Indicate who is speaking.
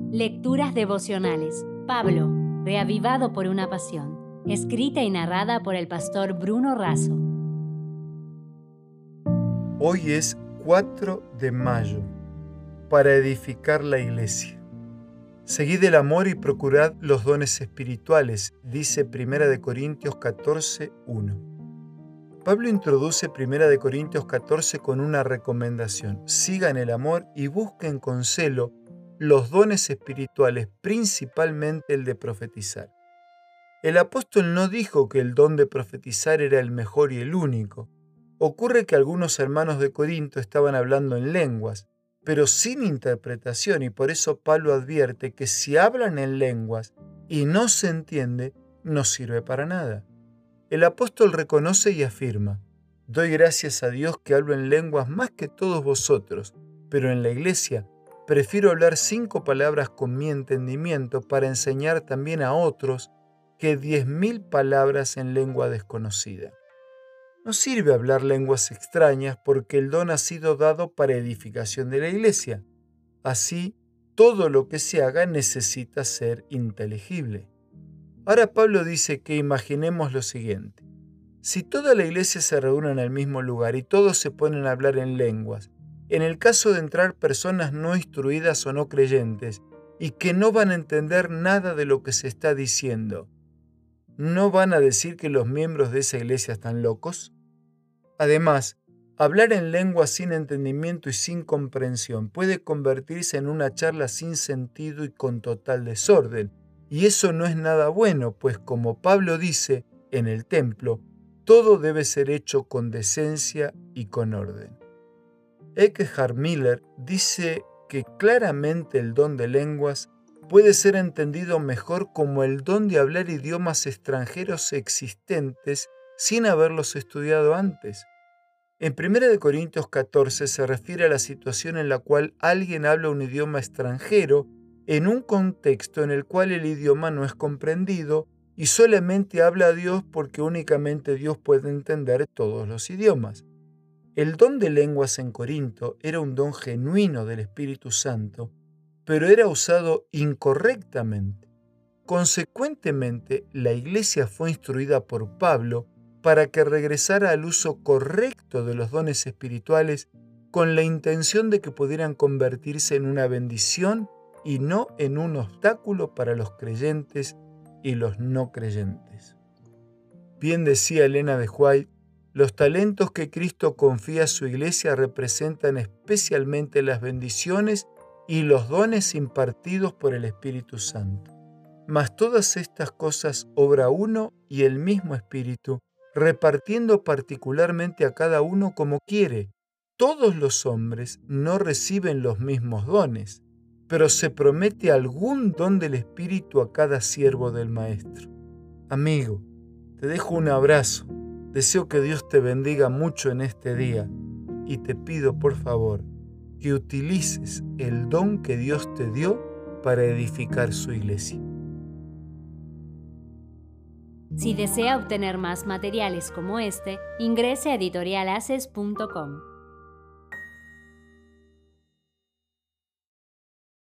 Speaker 1: Lecturas devocionales. Pablo, reavivado por una pasión. Escrita y narrada por el pastor Bruno Razo.
Speaker 2: Hoy es 4 de mayo, para edificar la iglesia. Seguid el amor y procurad los dones espirituales, dice 1 Corintios 14, 1. Pablo introduce 1 Corintios 14 con una recomendación: sigan el amor y busquen con celo los dones espirituales, principalmente el de profetizar. El apóstol no dijo que el don de profetizar era el mejor y el único. Ocurre que algunos hermanos de Corinto estaban hablando en lenguas, pero sin interpretación, y por eso Pablo advierte que si hablan en lenguas y no se entiende, no sirve para nada. El apóstol reconoce y afirma: doy gracias a Dios que hablo en lenguas más que todos vosotros, pero en la iglesia prefiero hablar 5 palabras con mi entendimiento para enseñar también a otros que 10.000 palabras en lengua desconocida. No sirve hablar lenguas extrañas porque el don ha sido dado para edificación de la iglesia. Así, todo lo que se haga necesita ser inteligible. Ahora Pablo dice que imaginemos lo siguiente: si toda la iglesia se reúne en el mismo lugar y todos se ponen a hablar en lenguas, en el caso de entrar personas no instruidas o no creyentes y que no van a entender nada de lo que se está diciendo, ¿no van a decir que los miembros de esa iglesia están locos? Además, hablar en lenguas sin entendimiento y sin comprensión puede convertirse en una charla sin sentido y con total desorden, y eso no es nada bueno, pues como Pablo dice en el templo, todo debe ser hecho con decencia y con orden. Eckhart Miller dice que claramente el don de lenguas puede ser entendido mejor como el don de hablar idiomas extranjeros existentes sin haberlos estudiado antes. En 1 Corintios 14 se refiere a la situación en la cual alguien habla un idioma extranjero en un contexto en el cual el idioma no es comprendido y solamente habla a Dios porque únicamente Dios puede entender todos los idiomas. El don de lenguas en Corinto era un don genuino del Espíritu Santo, pero era usado incorrectamente. Consecuentemente, la iglesia fue instruida por Pablo para que regresara al uso correcto de los dones espirituales con la intención de que pudieran convertirse en una bendición y no en un obstáculo para los creyentes y los no creyentes. Bien decía Elena de White: los talentos que Cristo confía a su iglesia representan especialmente las bendiciones y los dones impartidos por el Espíritu Santo. Mas todas estas cosas obra uno y el mismo Espíritu, repartiendo particularmente a cada uno como quiere. Todos los hombres no reciben los mismos dones, pero se promete algún don del Espíritu a cada siervo del Maestro. Amigo, te dejo un abrazo. Deseo que Dios te bendiga mucho en este día y te pido, por favor, que utilices el don que Dios te dio para edificar su iglesia.
Speaker 1: Si desea obtener más materiales como este, ingrese a editorialaces.com.